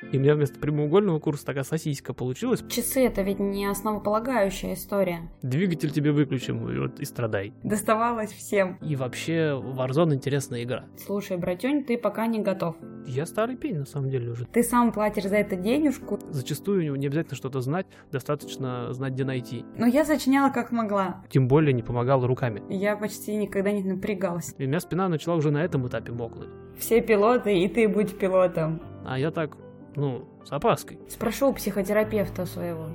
И у меня вместо прямоугольного курса такая сосиска получилась. Часы — это ведь не основополагающая история. Двигатель тебе выключим, и вот и страдай. Доставалось всем. И вообще, Warzone интересная игра. Слушай, братюнь, ты пока не готов. Я старый пень, на самом деле, уже. Ты сам платишь за это денежку. Зачастую не обязательно что-то знать, достаточно знать, где найти. Но я сочиняла как могла. Тем более не помогала руками. Я почти никогда не напрягалась. И у меня спина начала уже на этом этапе мокнуть. Все пилоты, и ты будь пилотом. А я так, с опаской. Спрошу у психотерапевта своего.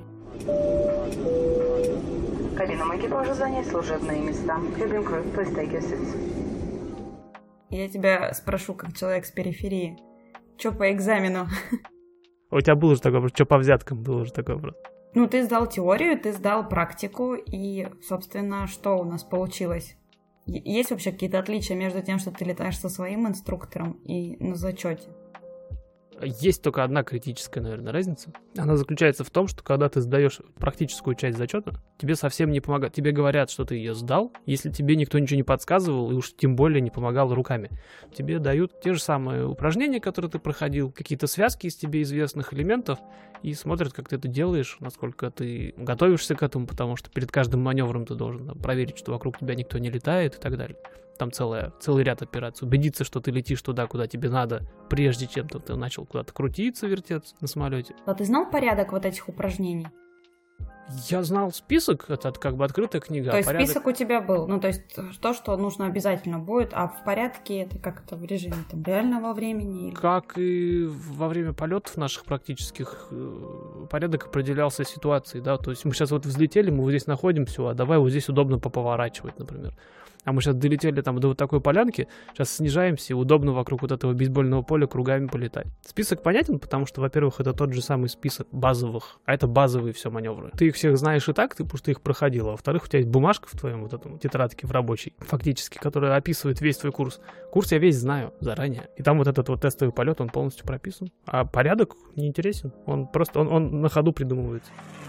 Кабинам экипажа занять служебные места. Cabin crew, please take your seats. Я тебя спрошу, как человек с периферии. Чё по экзамену? У тебя был уже такой вопрос, что по взяткам был уже такой вопрос? Ты сдал теорию, ты сдал практику, и, собственно, что у нас получилось? Есть вообще какие-то отличия между тем, что ты летаешь со своим инструктором и на зачете? Есть только одна критическая, наверное, разница. Она заключается в том, что когда ты сдаешь практическую часть зачета, тебе совсем не помогает. Тебе говорят, что ты ее сдал, если тебе никто ничего не подсказывал и уж тем более не помогал руками. Тебе дают те же самые упражнения, которые ты проходил, какие-то связки из тебе известных элементов, и смотрят, как ты это делаешь, насколько ты готовишься к этому, потому что перед каждым маневром ты должен проверить, что вокруг тебя никто не летает и так далее. Там целый ряд операций. Убедиться, что ты летишь туда, куда тебе надо, прежде чем ты начал куда-то крутиться, вертеться на самолете. А ты знал порядок вот этих упражнений? Я знал список, это как бы открытая книга. То есть список у тебя был, то есть то, что нужно обязательно будет, а в порядке это как это в режиме реального времени? Или... Как и во время полетов наших практических, порядок определялся ситуацией, да, то есть мы сейчас вот взлетели, мы вот здесь находимся, а давай вот здесь удобно поповорачивать, например. А мы сейчас долетели там до вот такой полянки, сейчас снижаемся, и удобно вокруг вот этого бейсбольного поля кругами полетать. Список понятен, потому что, во-первых, это тот же самый список базовых, а это базовые все маневры. Ты их всех знаешь и так, потому что ты их проходил, а во-вторых, у тебя есть бумажка в твоем вот этом тетрадке в рабочей, фактически, которая описывает весь твой курс. Курс я весь знаю заранее. И там вот этот вот тестовый полет, он полностью прописан. А порядок не интересен, он просто, он на ходу придумывается.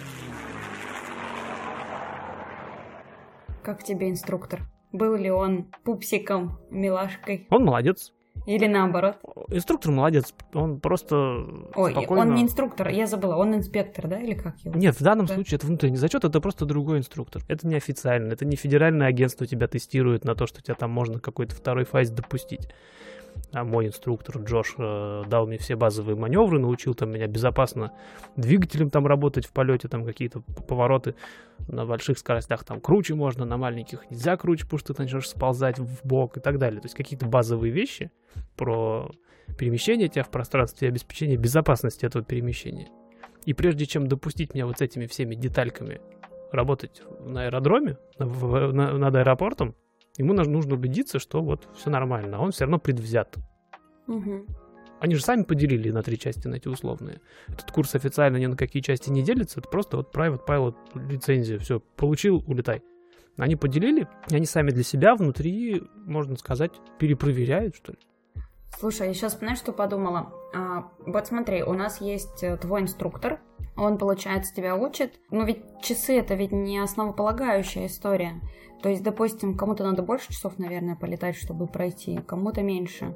Как тебе инструктор? Был ли он пупсиком, милашкой? Он молодец. Или наоборот? Инструктор молодец, он просто спокойно... Он не инструктор, я забыла, он инспектор, да, или как его? Нет, в данном случае это внутренний зачет, это просто другой инструктор. Это не официально, это не федеральное агентство тебя тестирует на то, что тебя там можно какой-то второй фазе допустить. А мой инструктор Джош дал мне все базовые маневры, научил там меня безопасно двигателем там работать в полете, там какие-то повороты на больших скоростях там круче можно, на маленьких нельзя круче, потому что ты начнешь сползать в бок и так далее. То есть какие-то базовые вещи про перемещение тебя в пространстве и обеспечение безопасности этого перемещения. И прежде чем допустить меня вот с этими всеми детальками работать на аэродроме, над аэропортом, ему нужно убедиться, что вот все нормально, а он все равно предвзят. Угу. Они же сами поделили на 3 части, на эти условные. Этот курс официально ни на какие части не делится, это просто вот private pilot лицензия, все, получил, улетай. Они поделили, и они сами для себя внутри, можно сказать, перепроверяют, что ли. Слушай, я сейчас, знаешь, что подумала? Вот смотри, у нас есть твой инструктор, он, получается, тебя учит, но ведь часы — это ведь не основополагающая история. То есть, допустим, кому-то надо больше часов, наверное, полетать, чтобы пройти, кому-то меньше.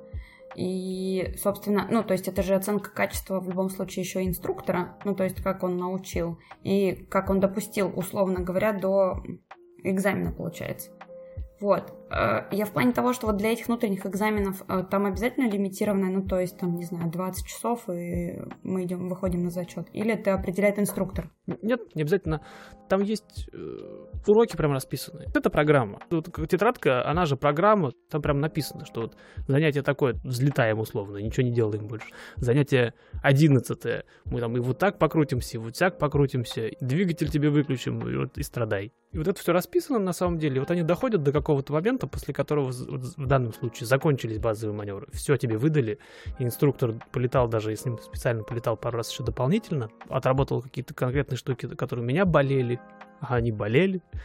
И, собственно, то есть это же оценка качества в любом случае еще инструктора, то есть как он научил и как он допустил, условно говоря, до экзамена, получается. Вот. Я в плане того, что вот для этих внутренних экзаменов там обязательно лимитированное, то есть там, не знаю, 20 часов, и мы выходим на зачет. Или это определяет инструктор? Нет, не обязательно. Там есть уроки прям расписанные. Это программа. Вот тетрадка, она же программа, там прям написано, что вот занятие такое, взлетаем условно, ничего не делаем больше. Занятие 11-е, мы там и вот так покрутимся, и вот так покрутимся, двигатель тебе выключим, и страдай. И вот это все расписано на самом деле. Вот они доходят до какого-то момента, после которого в данном случае закончились базовые маневры. Все тебе выдали. И инструктор полетал, даже если специально полетал пару раз еще дополнительно, отработал какие-то конкретные штуки, которые у меня болели, а они болели.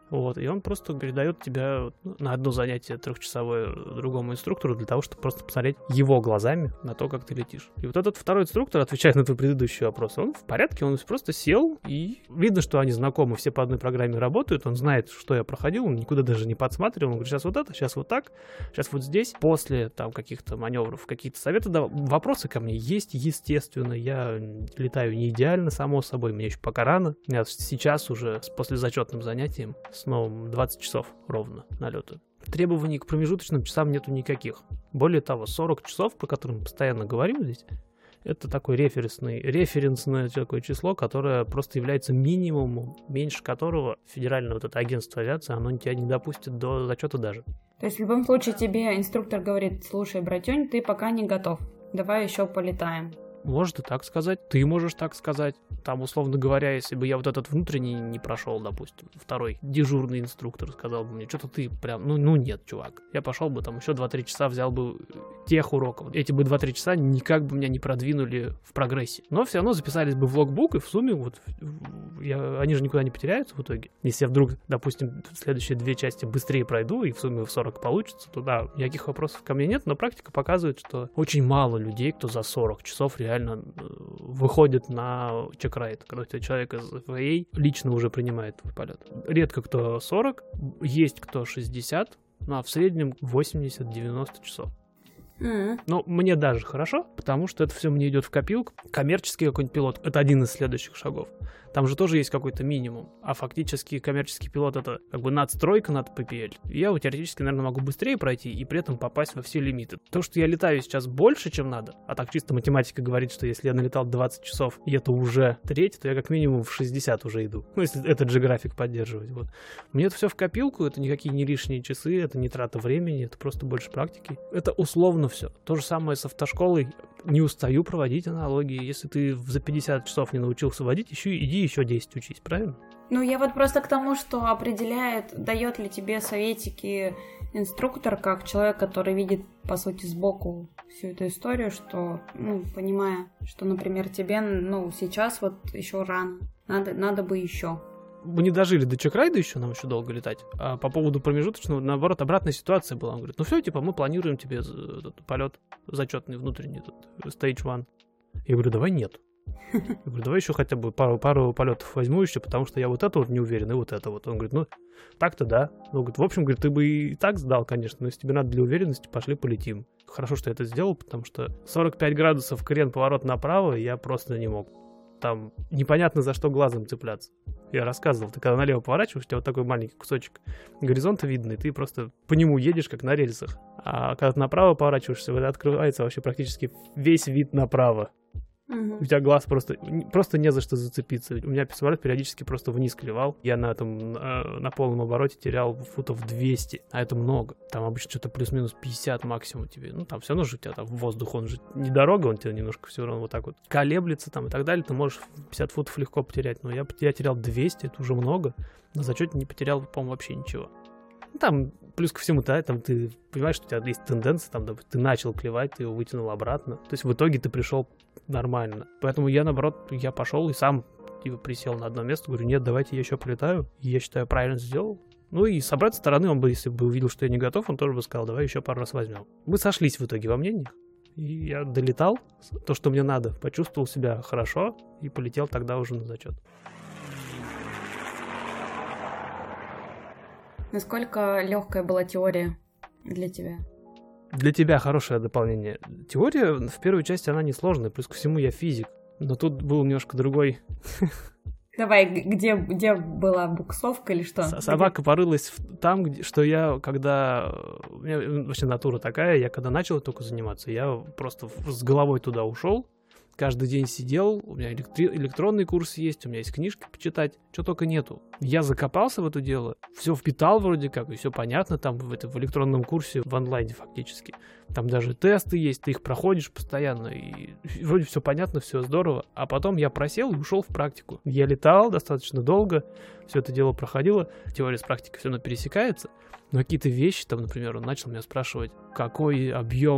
Вот, и он просто передает тебя на одно занятие 3-часовое другому инструктору для того, чтобы просто посмотреть его глазами на то, как ты летишь. И вот этот второй инструктор, отвечая на твой предыдущий вопрос, он в порядке, он просто сел, и видно, что они знакомы, все по одной программе работают, он знает, что я проходил, он никуда даже не подсматривал, он говорит, сейчас вот это, сейчас вот так, сейчас вот здесь. После там каких-то маневров, какие-то советы давал. Вопросы ко мне есть, естественно, я летаю не идеально, само собой, мне еще пока рано. У меня сейчас уже с послезачетным занятием снова 20 часов ровно налета. Требований к промежуточным часам нету никаких. Более того, 40 часов, про которые мы постоянно говорим здесь, это такое референсное такое число, которое просто является минимумом, меньше которого федеральное вот это агентство авиации, оно тебя не допустит до зачета даже. То есть в любом случае тебе инструктор говорит, слушай, братюнь, ты пока не готов, давай еще полетаем. Может и так сказать, ты можешь так сказать. Там, условно говоря, если бы я вот этот внутренний не прошел, допустим, второй дежурный инструктор сказал бы мне, что-то ты прям, ну нет, чувак. Я пошел бы там еще 2-3 часа, взял бы тех уроков. Эти бы 2-3 часа никак бы меня не продвинули в прогрессе. Но все равно записались бы в логбук, и в сумме вот они же никуда не потеряются в итоге. Если я вдруг, допустим, следующие 2 части быстрее пройду, и в сумме в 40 получится, то да, никаких вопросов ко мне нет, но практика показывает, что очень мало людей, кто за 40 часов реально выходит на чек-райд, когда человек из FAA лично уже принимает твой полет. Редко кто 40, есть кто 60, ну а в среднем 80-90 часов. Но мне даже хорошо, потому что это все мне идет в копилку. Коммерческий какой-нибудь пилот — это один из следующих шагов. Там же тоже есть какой-то минимум. А фактически коммерческий пилот — это как бы надстройка над PPL. И я теоретически, наверное, могу быстрее пройти и при этом попасть во все лимиты. То, что я летаю сейчас больше, чем надо, а так чисто математика говорит, что если я налетал 20 часов, и это уже треть, то я как минимум в 60 уже иду. Ну, если этот же график поддерживать. Вот. Мне это все в копилку, это никакие не лишние часы, это не трата времени, это просто больше практики. Это условно все. То же самое с автошколой. Не устаю проводить аналогии. Если ты за 50 часов не научился водить, иди еще 10 учись, правильно? Ну, я вот просто к тому, что определяет, дает ли тебе советики инструктор, как человек, который видит, по сути, сбоку всю эту историю, что, понимая, что, например, тебе, сейчас вот еще рано, надо бы еще. Мы не дожили до чек-райда еще, нам еще долго летать. А по поводу промежуточного, наоборот, обратная ситуация была. Он говорит, все, мы планируем тебе этот полет зачетный внутренний, stage 1. Я говорю, давай нет. Я говорю, давай еще хотя бы пару полетов возьму еще, потому что я вот это вот не уверен, и вот это вот. Он говорит, так-то да. Он говорит, в общем, ты бы и так сдал, конечно, но если тебе надо для уверенности, пошли полетим. Хорошо, что я это сделал, потому что 45 градусов крен, поворот направо, я просто не мог. Там непонятно за что глазом цепляться. Я рассказывал, ты когда налево поворачиваешь, у тебя вот такой маленький кусочек горизонта видно, и ты просто по нему едешь, как на рельсах. А когда ты направо поворачиваешься, открывается вообще практически весь вид направо. У тебя глаз просто не за что зацепиться. У меня самолет периодически просто вниз клевал. Я на полном обороте терял футов 200, а это много. Там обычно что-то плюс-минус 50 максимум тебе. Там все равно же у тебя там воздух, он же не дорога, он тебя немножко все равно вот так вот колеблется там и так далее. Ты можешь 50 футов легко потерять, но я терял 200, это уже много. На зачете не потерял, по-моему, вообще ничего. Там, плюс ко всему, там ты понимаешь, что у тебя есть тенденция, там, ты начал клевать, ты его вытянул обратно. То есть в итоге ты пришел нормально. Поэтому я, наоборот, пошел и сам присел на одно место, говорю, нет, давайте я еще полетаю. И я считаю, правильно сделал. И с обратной стороны, он бы, если бы увидел, что я не готов, он тоже бы сказал, давай еще пару раз возьмем. Мы сошлись в итоге во мнениях. И я долетал то, что мне надо, почувствовал себя хорошо и полетел тогда уже на зачет. Насколько легкая была теория для тебя? Для тебя хорошее дополнение. Теория в первой части, она несложная, плюс ко всему я физик. Но тут был немножко другой... Давай, где была буксовка или что? Собака порылась там, что я, когда... У меня вообще натура такая, я когда начал только заниматься, я просто с головой туда ушел. Каждый день сидел, у меня электронный курс есть, у меня есть книжки почитать, что только нету. Я закопался в это дело, все впитал вроде как, и все понятно там в электронном курсе, в онлайне фактически. Там даже тесты есть, ты их проходишь постоянно, и вроде все понятно, все здорово. А потом я просел и ушел в практику. Я летал достаточно долго, все это дело проходило, теория с практикой все равно пересекается. Но какие-то вещи, там, например, он начал меня спрашивать, какой объем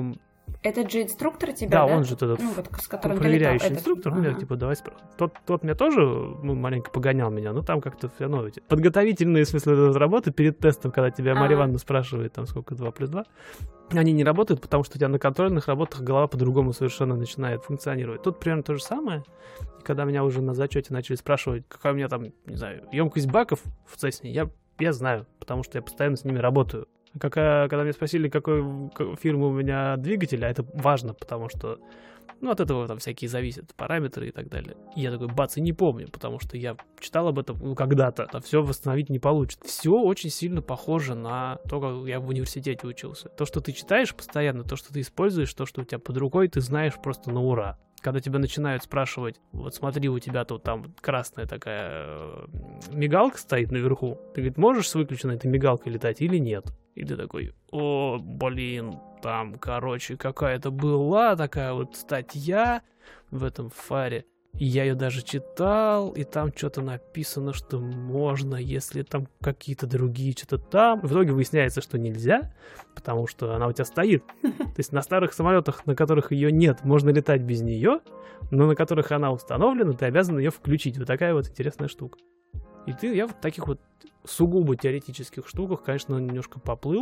Этот же инструктор тебя, Да, да? он же этот Ну, вот, с которым ты проверяющий летал, инструктор, он Ага. меня, типа, давай Тот меня тоже маленько погонял меня, но там как-то все равно эти подготовительные, в смысле, работы перед тестом, когда тебя Марья Ивановна спрашивает, там, сколько 2 + 2, они не работают, потому что у тебя на контрольных работах голова по-другому совершенно начинает функционировать. Тут примерно то же самое. И когда меня уже на зачете начали спрашивать, какая у меня там, не знаю, емкость баков в Цесне, я знаю, потому что я постоянно с ними работаю. Когда меня спросили, какой фирмы у меня двигатель, а это важно, потому что, ну, от этого там всякие зависят параметры и так далее. И я такой, бац, и не помню, потому что я читал об этом когда-то, а все восстановить не получится. Все очень сильно похоже на то, как я в университете учился. То, что ты читаешь постоянно, то, что ты используешь, то, что у тебя под рукой, ты знаешь просто на ура. Когда тебя начинают спрашивать, вот смотри, у тебя тут там красная такая мигалка стоит наверху, ты, говорит, можешь с выключенной этой мигалкой летать или нет? И ты такой, о, блин, там, короче, какая-то была такая вот статья в этом фаре, и я ее даже читал, и там что-то написано, что можно, если там какие-то другие что-то там. В итоге выясняется, что нельзя, потому что она у тебя стоит. То есть на старых самолетах, на которых ее нет, можно летать без нее, но на которых она установлена, ты обязан ее включить. Вот такая вот интересная штука. И я в таких вот сугубо теоретических штуках, конечно, немножко поплыл,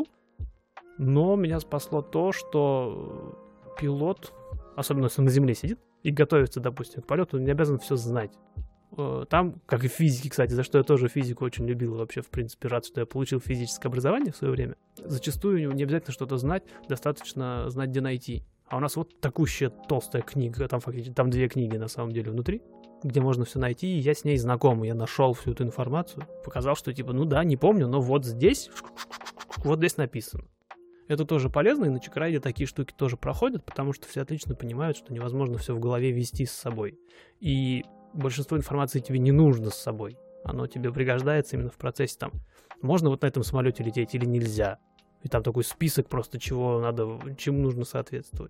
но меня спасло то, что пилот, особенно если он на земле сидит и готовится, допустим, к полету, он не обязан все знать. Там, как и в физике, кстати, за что я тоже физику очень любил, вообще, в принципе, рад, что я получил физическое образование в свое время. Зачастую не обязательно что-то знать, достаточно знать, где найти. А у нас вот такущая толстая книга, там фактически, там 2 книги на самом деле внутри, где можно все найти, и я с ней знаком. Я нашел всю эту информацию, показал, что типа, ну да, не помню, но вот здесь написано. Это тоже полезно, и на чекрайде такие штуки тоже проходят, потому что все отлично понимают, что невозможно все в голове вести с собой. И большинство информации тебе не нужно с собой. Оно тебе пригождается именно в процессе там. Можно вот на этом самолете лететь или нельзя. И там такой список просто, чему нужно соответствовать.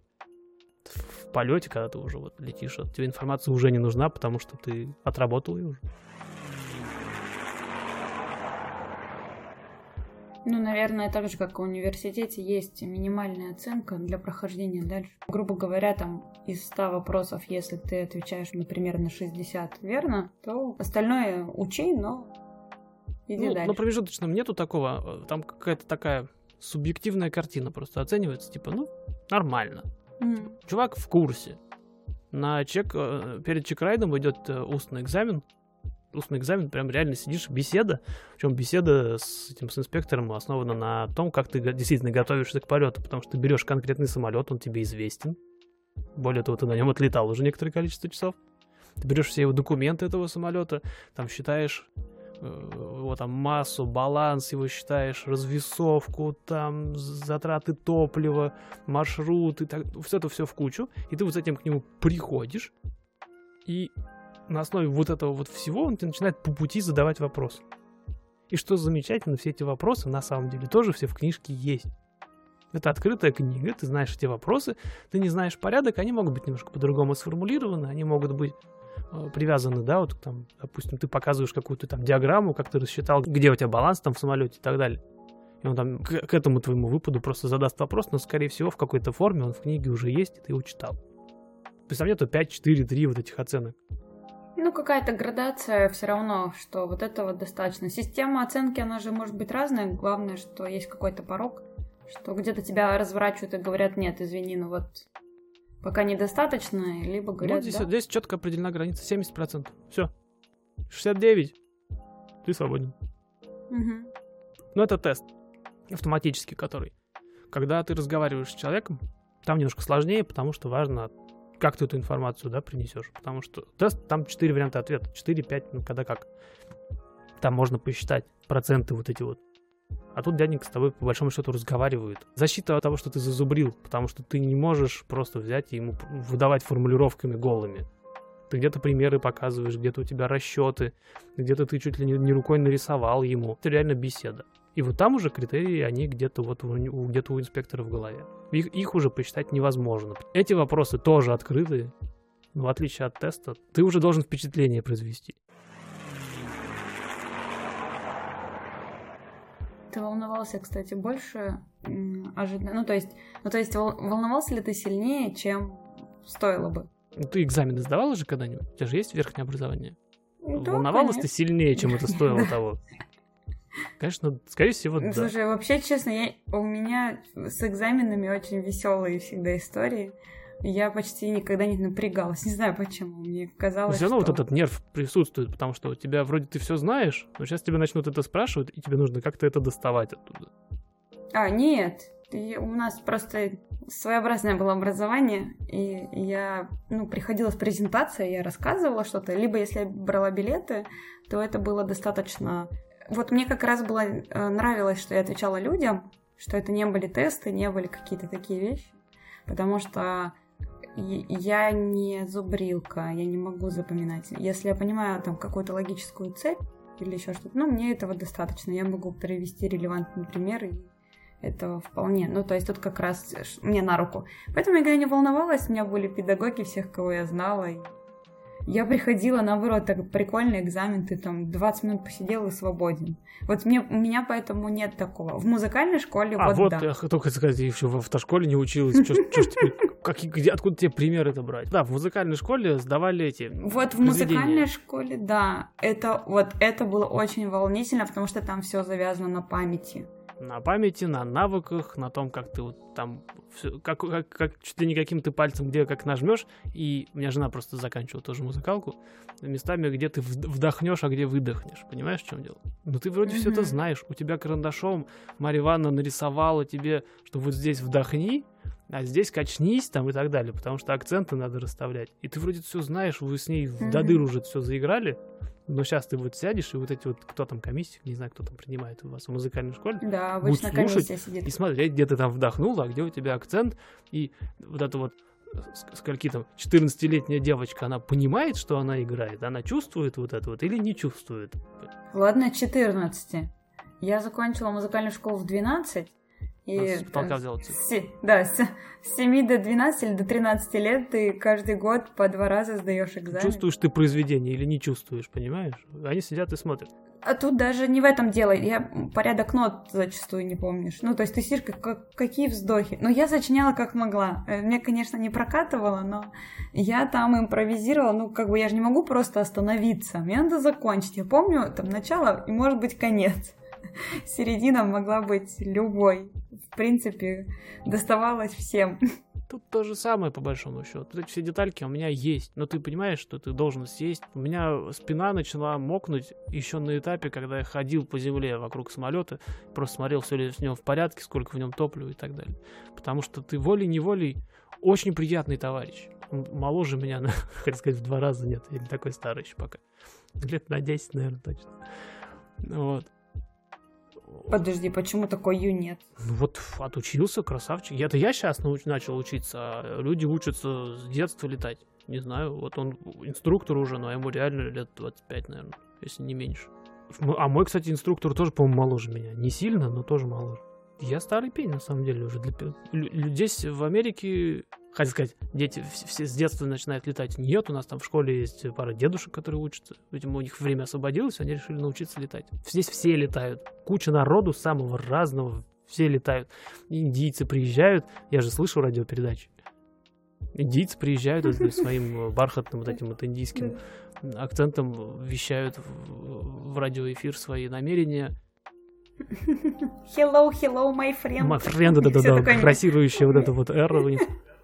В полете, когда ты уже вот летишь, тебе информация уже не нужна, потому что ты отработал ее уже. Ну, наверное, так же, как и в университете, есть минимальная оценка для прохождения дальше. Грубо говоря, там из 100 вопросов, если ты отвечаешь, например, на 60 верно, то остальное учи, но иди дальше. На промежуточном нету такого, там какая-то такая субъективная картина просто оценивается, типа, ну, нормально. Чувак в курсе. Перед чекрайдом идет устный экзамен. Устный экзамен, прям реально сидишь, беседа. Причем беседа с инспектором основана на том, как ты действительно готовишься к полету, потому что ты берешь конкретный самолет, он тебе известен. Более того, ты на нем отлетал уже некоторое количество часов. Ты берешь все его документы этого самолета, там считаешь его там массу, баланс его считаешь, развесовку, там затраты топлива, маршрут, и так, все в кучу, и ты вот с этим к нему приходишь, и на основе вот этого вот всего он тебе начинает по пути задавать вопросы. И что замечательно, все эти вопросы на самом деле тоже все в книжке есть. Это открытая книга, ты знаешь эти вопросы, ты не знаешь порядок, они могут быть немножко по-другому сформулированы, они могут быть привязаны, да, вот там, допустим, ты показываешь какую-то там диаграмму, как ты рассчитал, где у тебя баланс там в самолете и так далее. И он там к этому твоему выпаду просто задаст вопрос, но, скорее всего, в какой-то форме он в книге уже есть, и ты его читал. То есть там нету 5, 4, 3 вот этих оценок. Ну, какая-то градация все равно, что вот этого достаточно. Система оценки, она же может быть разная. Главное, что есть какой-то порог, что где-то тебя разворачивают и говорят, нет, извини, ну вот пока недостаточно, либо говорят, вот да. Здесь четко определена граница 70%. Все. 69%. Ты свободен. Угу. Но это тест автоматический, который. Когда ты разговариваешь с человеком, там немножко сложнее, потому что важно, как ты эту информацию, да, принесешь. Потому что тест, там 4 варианта ответа. 4, 5, ну когда как. Там можно посчитать проценты вот эти вот. А тут дяденька с тобой по большому счету разговаривает. Защита от того, что ты зазубрил, потому что ты не можешь просто взять и ему выдавать формулировками голыми. Ты где-то примеры показываешь, где-то у тебя расчеты, где-то ты чуть ли не рукой нарисовал ему. Это реально беседа. И вот там уже критерии, они где-то вот где-то у инспектора в голове. Их уже посчитать невозможно. Эти вопросы тоже открыты, но в отличие от теста, ты уже должен впечатление произвести. ты волновался, кстати, больше ожидания? Ну, то есть волновался ли ты сильнее, чем стоило бы? Ты экзамены сдавала же когда-нибудь? У тебя же есть верхнее образование? Да, Волновалась конечно. ты сильнее, чем это стоило того? Конечно, скорее всего, да. Слушай, вообще, честно, у меня с экзаменами очень веселые всегда истории. Я почти никогда не напрягалась. Не знаю почему. Мне казалось, Все равно что... вот этот нерв присутствует, потому что у тебя вроде ты все знаешь, но сейчас тебя начнут это спрашивать, и тебе нужно как-то это доставать оттуда. Нет. У нас просто своеобразное было образование, и я, приходила с презентацией, я рассказывала что-то, либо если я брала билеты, то это было достаточно... Вот мне как раз нравилось, что я отвечала людям, что это не были тесты, не были какие-то такие вещи, потому что я не зубрилка, я не могу запоминать. Если я понимаю там какую-то логическую цепь или еще что-то, мне этого достаточно. Я могу привести релевантный пример, и этого вполне. То есть тут как раз мне на руку. Поэтому я никогда не волновалась, у меня были педагоги всех, кого я знала, и я приходила, наоборот, так прикольный экзамен, ты там 20 минут посидел и свободен. Вот у меня поэтому нет такого. В музыкальной школе да. Я только сказать, я еще в автошколе не училась. Откуда тебе пример это брать? Да, в музыкальной школе сдавали эти Вот в музыкальной школе, да. Это было очень волнительно, потому что там все завязано на памяти. На памяти, на навыках, на том, как ты вот там как чуть ли не каким-то пальцем, где как нажмешь. И у меня жена просто заканчивала тоже музыкалку. Местами, где ты вдохнешь, а где выдохнешь. Понимаешь, в чем дело? Ты вроде все это знаешь. У тебя карандашом Марья Ивановна нарисовала тебе, что вот здесь вдохни, а здесь качнись там и так далее. Потому что акценты надо расставлять. И ты вроде все знаешь, вы с ней до дыр уже все заиграли. Но сейчас ты вот сядешь, и вот эти вот, кто там комиссия, не знаю, кто там принимает у вас в музыкальной школе. Да, обычно комиссия сидит. И смотреть, где ты там вдохнула, а где у тебя акцент. И вот это вот, скольки там, 14-летняя девочка, она понимает, что она играет? Она чувствует вот это вот или не чувствует? Ладно, 14. Я закончила музыкальную школу в 12. И с потолка взял цифру. С 7 до 12 или до 13 лет ты каждый год по 2 раза сдаешь экзамен. Чувствуешь ты произведение или не чувствуешь, понимаешь? Они сидят и смотрят. А тут даже не в этом дело. Я порядок нот зачастую не помнишь. То есть ты сидишь, какие вздохи. Я сочиняла как могла. Мне, конечно, не прокатывало, но я там импровизировала. Я же не могу просто остановиться. Мне надо закончить. Я помню там начало и, может быть, конец. Середина могла быть любой. В принципе, доставалось всем. Тут то же самое, по большому счету. Эти все детальки у меня есть. Но ты понимаешь, что ты должен сесть. У меня спина начала мокнуть еще на этапе, когда я ходил по земле вокруг самолета, просто смотрел, все ли в нем в порядке, сколько в нем топлива и так далее. Потому что ты волей-неволей очень приятный товарищ. Он моложе меня, хотел сказать, в 2 раза нет. Я не такой старый еще пока. Лет на 10, наверное, точно. Вот. Подожди, почему такой юнет? Отучился, красавчик. Это я сейчас начал учиться, а люди учатся с детства летать. Не знаю, вот он инструктор уже, но ему реально лет 25, наверное, если не меньше. А мой, кстати, инструктор тоже, по-моему, моложе меня. Не сильно, но тоже моложе. Я старый пень, на самом деле, уже. Здесь, в Америке, хотел сказать, дети все с детства начинают летать. Нет, у нас там в школе есть пара дедушек, которые учатся. Видимо, у них время освободилось, они решили научиться летать. Здесь все летают. Куча народу самого разного. Все летают. Индийцы приезжают. Я же слышу радиопередачи. Индийцы приезжают своим бархатным вот этим вот индийским акцентом, вещают в радиоэфир свои намерения. Hello, my friend. My friend, да, красирующая вот эта вот эра у них.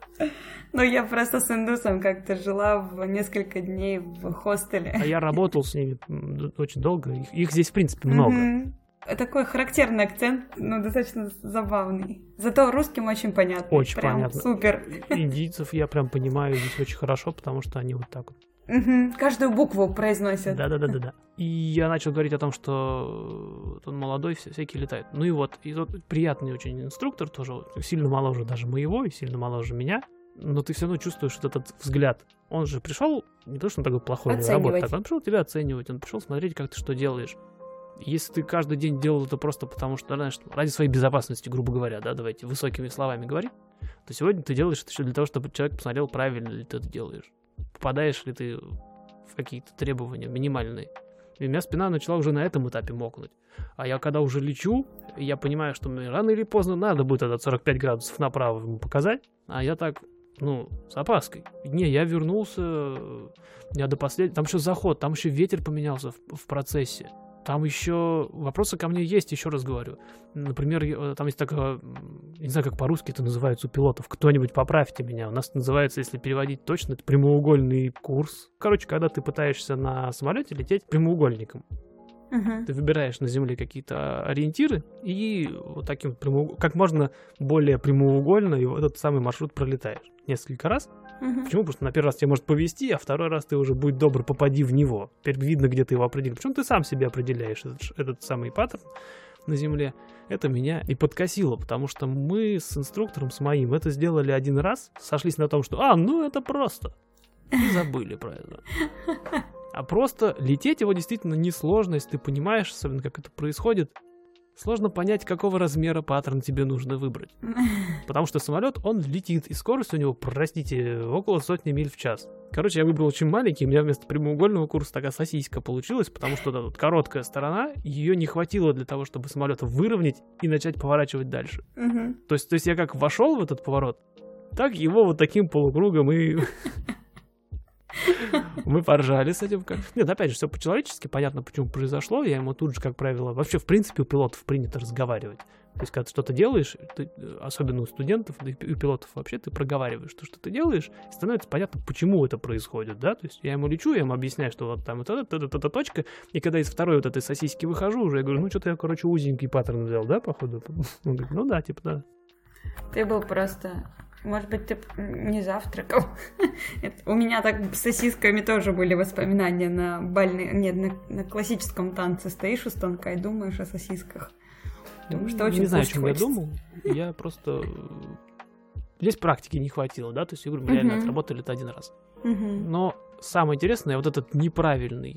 Я просто с индусом как-то жила в несколько дней в хостеле. А я работал с ними очень долго. Их здесь, в принципе, много. Такой характерный акцент, достаточно забавный. Зато русским очень понятно. Очень прям понятно. Супер. Индийцев я прям понимаю здесь очень хорошо, потому что они вот так вот. Каждую букву произносят. Да. И я начал говорить о том, что он молодой, всякие летают. И тот приятный очень инструктор, тоже сильно моложе даже моего и сильно моложе меня. Но ты все равно чувствуешь вот этот взгляд. Он же пришел, не то, что он такой плохой работает, он пришел тебя оценивать, он пришел смотреть, как ты что делаешь. Если ты каждый день делал это просто потому, что, знаешь, ради своей безопасности, грубо говоря, да, давайте высокими словами говорить, то сегодня ты делаешь это еще для того, чтобы человек посмотрел, правильно ли ты это делаешь. Попадаешь ли ты в какие-то требования минимальные. И у меня спина начала уже на этом этапе мокнуть. А я когда уже лечу, я понимаю, что мне рано или поздно надо будет этот 45 градусов направо ему показать. А я так, с опаской. Не, я вернулся, я до последнего... Там еще заход, там еще ветер поменялся в процессе. Там еще вопросы ко мне есть, еще раз говорю. Например, там есть такое, не знаю, как по-русски это называется у пилотов. Кто-нибудь поправьте меня. У нас это называется, если переводить точно, это прямоугольный курс. Короче, когда ты пытаешься на самолете лететь прямоугольником. Ты выбираешь на земле какие-то ориентиры и вот таким как можно более прямоугольно и вот этот самый маршрут пролетаешь несколько раз. Почему? Потому что на первый раз тебе может повезти, а второй раз ты уже, будь добр, попади в него. Теперь видно, где ты его определил. Почему ты сам себе определяешь этот самый паттерн на земле? Это меня и подкосило, потому что мы с инструктором, с моим, это сделали один раз, сошлись на том, что это просто. И забыли про это. А просто лететь его действительно несложно, если ты понимаешь, особенно как это происходит. Сложно понять, какого размера паттерн тебе нужно выбрать. Потому что самолет, он летит, и скорость у него, простите, около 100 миль в час. Короче, я выбрал очень маленький, у меня вместо прямоугольного курса такая сосиска получилась, потому что вот короткая сторона, ее не хватило для того, чтобы самолет выровнять и начать поворачивать дальше. То есть я как вошел в этот поворот, так его вот таким полукругом и... Мы поржали с этим. Нет, опять же, все по-человечески, понятно, почему произошло. Я ему тут же, как правило... Вообще, в принципе, у пилотов принято разговаривать. То есть, когда ты что-то делаешь, особенно у студентов, да и у пилотов вообще, ты проговариваешь то, что ты делаешь, и становится понятно, почему это происходит, да? То есть, я ему лечу, я ему объясняю, что вот там вот эта точка, и когда из второй вот этой сосиски выхожу уже, я говорю, что-то я, узенький паттерн взял, да, походу? Он говорит, да, типа, да. Ты был просто... Может быть, ты не завтракал? У меня так с сосисками тоже были воспоминания на на классическом танце. Стоишь у станка и думаешь о сосисках. Потому что очень не знаю, о чем я думал. Я просто... Здесь практики не хватило, да? То есть, я говорю, мы реально отработали это один раз. Но самое интересное, вот этот неправильный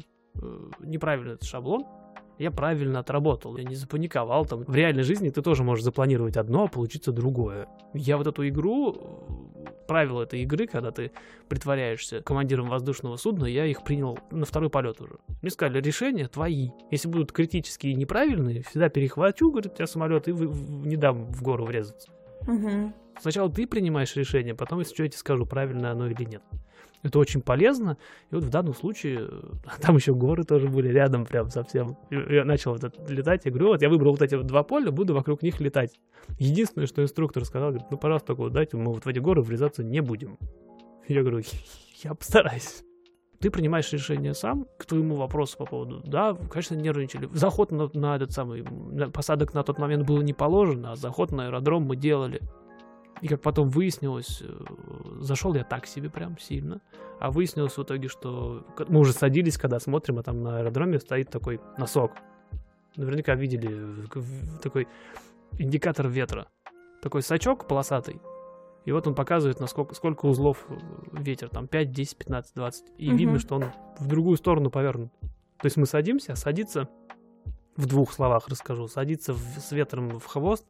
этот шаблон, я правильно отработал, я не запаниковал. Там. В реальной жизни ты тоже можешь запланировать одно, а получится другое. Я вот эту игру, правила этой игры, когда ты притворяешься командиром воздушного судна, я их принял на второй полет уже. Мне сказали, решения твои. Если будут критические и неправильные, всегда перехвачу, говорит, тебя самолет и не дам в гору врезаться. Сначала ты принимаешь решение, потом, если что, я тебе скажу, правильно оно или нет. Это очень полезно. И вот в данном случае, там еще горы тоже были рядом прям совсем. Я начал летать, я говорю, я выбрал вот эти два поля, буду вокруг них летать. Единственное, что инструктор сказал, говорит, пожалуйста, только дайте, мы вот в эти горы врезаться не будем. Я говорю, я постараюсь. Ты принимаешь решение сам. К твоему вопросу по поводу, да, конечно, нервничали. Заход на этот самый, посадок на тот момент было не положено, а заход на аэродром мы делали. И как потом выяснилось, зашел я так себе прям сильно, а выяснилось в итоге, что мы уже садились, когда смотрим, а там на аэродроме стоит такой носок. Наверняка видели такой индикатор ветра. Такой сачок полосатый. И вот он показывает, сколько узлов ветер. Там 5, 10, 15, 20. И видно, что он в другую сторону повернут. То есть мы садимся, а садиться, в двух словах расскажу, садиться с ветром в хвост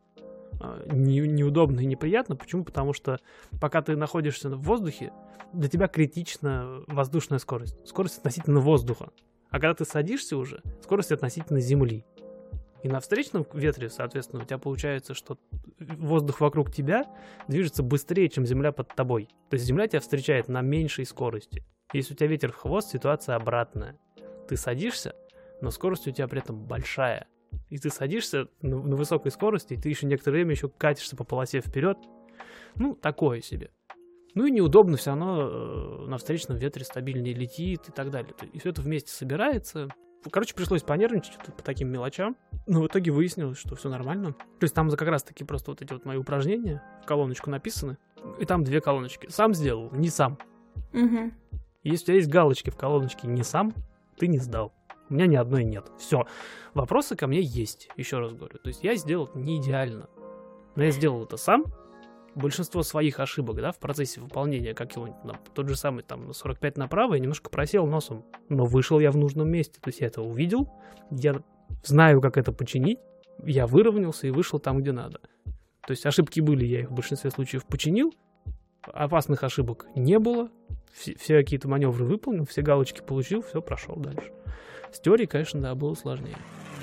неудобно и неприятно. Почему? Потому что пока ты находишься в воздухе, для тебя критична воздушная скорость. Скорость относительно воздуха. А когда ты садишься уже, скорость относительно земли. И на встречном ветре, соответственно, у тебя получается, что воздух вокруг тебя движется быстрее, чем земля под тобой. То есть земля тебя встречает на меньшей скорости. Если у тебя ветер в хвост, ситуация обратная. Ты садишься, но скорость у тебя при этом большая. И ты садишься на высокой скорости, и ты еще некоторое время еще катишься по полосе вперед. Такое себе. И неудобно все равно на встречном ветре стабильнее летит и так далее. И все это вместе собирается. Короче, пришлось понервничать по таким мелочам. Но в итоге выяснилось, что все нормально. То есть там как раз-таки просто вот эти вот мои упражнения в колоночку написаны. И там 2 колоночки. Сам сделал, не сам. Если у тебя есть галочки в колоночке «не сам», ты не сдал. У меня ни одной нет. Все. Вопросы ко мне есть, еще раз говорю. То есть я сделал не идеально. Но я сделал это сам. Большинство своих ошибок, да, в процессе выполнения какого-нибудь, тот же самый, там, 45 направо, я немножко просел носом. Но вышел я в нужном месте. То есть я это увидел. Я знаю, как это починить. Я выровнялся и вышел там, где надо. То есть ошибки были, я их в большинстве случаев починил. Опасных ошибок не было. все какие-то маневры выполнил, все галочки получил, все, прошел дальше. С теорией, конечно, да, было сложнее.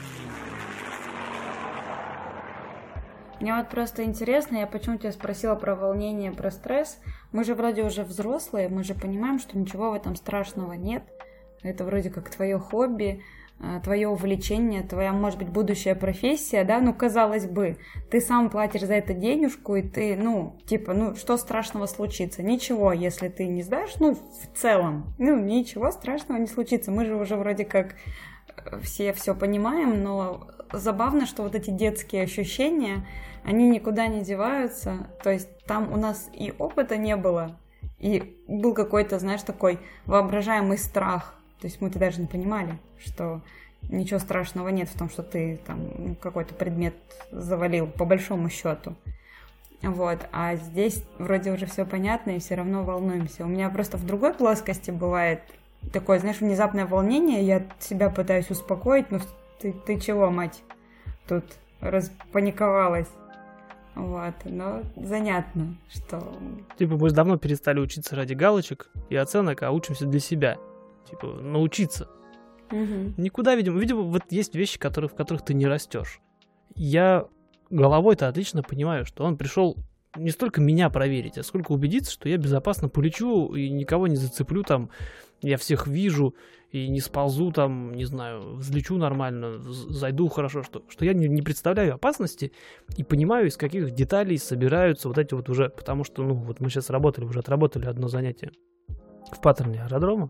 Мне вот просто интересно, я почему тебя спросила про волнение, про стресс. Мы же вроде уже взрослые, мы же понимаем, что ничего в этом страшного нет. Это вроде как твое хобби, твое увлечение, твоя, может быть, будущая профессия, да, ну, казалось бы, ты сам платишь за это денежку, и ты, что страшного случится? Ничего, если ты не сдашь, в целом, ничего страшного не случится. Мы же уже вроде как все понимаем, но забавно, что вот эти детские ощущения, они никуда не деваются, то есть там у нас и опыта не было, и был какой-то, знаешь, такой воображаемый страх. То есть мы-то даже не понимали, что ничего страшного нет в том, что ты там какой-то предмет завалил, по большому счету. Вот. А здесь вроде уже все понятно, и все равно волнуемся. У меня просто в другой плоскости бывает такое, знаешь, внезапное волнение. Я себя пытаюсь успокоить, ты чего, мать? Тут распаниковалась. Вот, но занятно, что... Типа мы же давно перестали учиться ради галочек и оценок, а учимся для себя. Типа, научиться. Угу. Никуда, видимо, вот есть вещи, в которых ты не растешь. Я головой-то отлично понимаю, что он пришел не столько меня проверить, а сколько убедиться, что я безопасно полечу и никого не зацеплю там, я всех вижу и не сползу там, не знаю, взлечу нормально, зайду хорошо, что я не представляю опасности и понимаю, из каких деталей собираются вот эти вот уже, потому что, вот мы сейчас уже отработали одно занятие в паттерне аэродрома.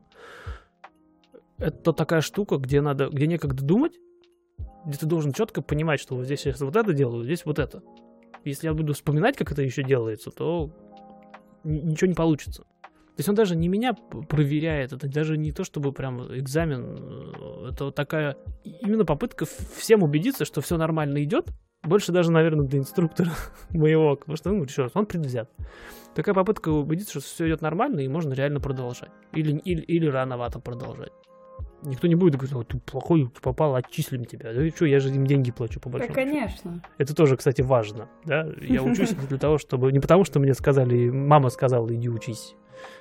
Это такая штука, где некогда думать, где ты должен четко понимать, что вот здесь сейчас вот это делаю, здесь вот это. Если я буду вспоминать, как это еще делается, то ничего не получится. То есть он даже не меня проверяет, это даже не то, чтобы прям экзамен, это такая именно попытка всем убедиться, что все нормально идет. Больше даже, наверное, до инструктора моего, потому что, еще раз, он предвзят. Такая попытка убедиться, что все идет нормально и можно реально продолжать. Или рановато продолжать. Никто не будет говорить, ты плохой, ты попал, отчислим тебя. Да и что, я же им деньги плачу по большому счету. Конечно. Это тоже, кстати, важно. Да? Я учусь для того, чтобы... Не потому, что мне сказали, мама сказала, иди учись.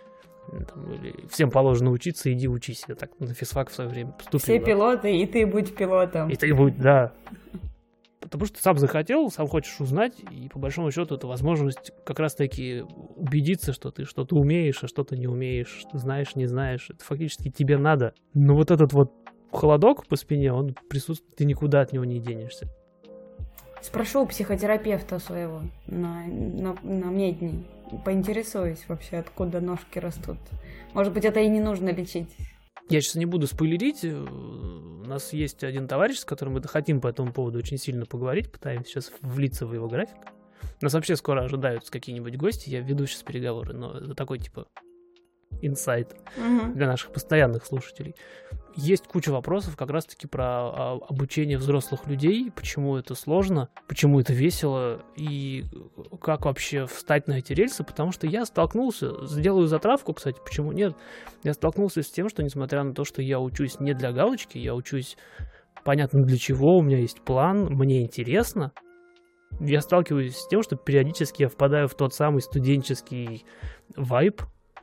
Или всем положено учиться, иди учись. Я так на физфак в свое время поступил. Все пилоты, и ты будь пилотом. И ты будь, да. Потому что ты сам захотел, сам хочешь узнать, и по большому счету это возможность как раз-таки убедиться, что ты что-то умеешь, а что-то не умеешь, что знаешь, не знаешь. Это фактически тебе надо. Но вот этот вот холодок по спине, он присутствует, ты никуда от него не денешься. Спрошу у психотерапевта своего на медне. Поинтересуюсь вообще, откуда ножки растут. Может быть, это и не нужно лечить. Я сейчас не буду спойлерить. У нас есть один товарищ, с которым мы хотим по этому поводу очень сильно поговорить. Пытаемся сейчас влиться в его график. Нас вообще скоро ожидаются какие-нибудь гости. Я веду сейчас переговоры, но это такой типа инсайт для наших постоянных слушателей. Есть куча вопросов как раз-таки про обучение взрослых людей, почему это сложно, почему это весело и как вообще встать на эти рельсы, потому что я столкнулся, сделаю затравку, кстати, почему нет, я столкнулся с тем, что несмотря на то, что я учусь не для галочки, я учусь понятно для чего, у меня есть план, мне интересно, я сталкиваюсь с тем, что периодически я впадаю в тот самый студенческий вайб,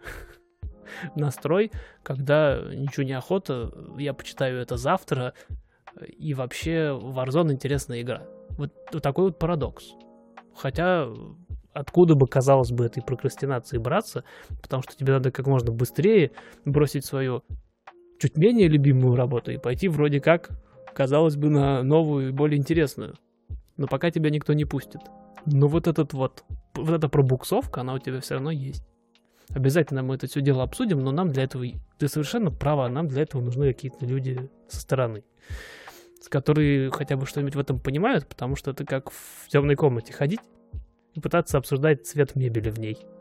настрой, когда ничего не охота, я почитаю это завтра, и вообще Warzone интересная игра. Вот такой вот парадокс. Хотя откуда бы, казалось бы, этой прокрастинации браться, потому что тебе надо как можно быстрее бросить свою чуть менее любимую работу и пойти вроде как, казалось бы, на новую и более интересную. Но пока тебя никто не пустит. Но вот эта пробуксовка, она у тебя все равно есть. Обязательно мы это все дело обсудим, но нам для этого, ты совершенно права, нам для этого нужны какие-то люди со стороны, которые хотя бы что-нибудь в этом понимают, потому что это как в темной комнате ходить и пытаться обсуждать цвет мебели в ней.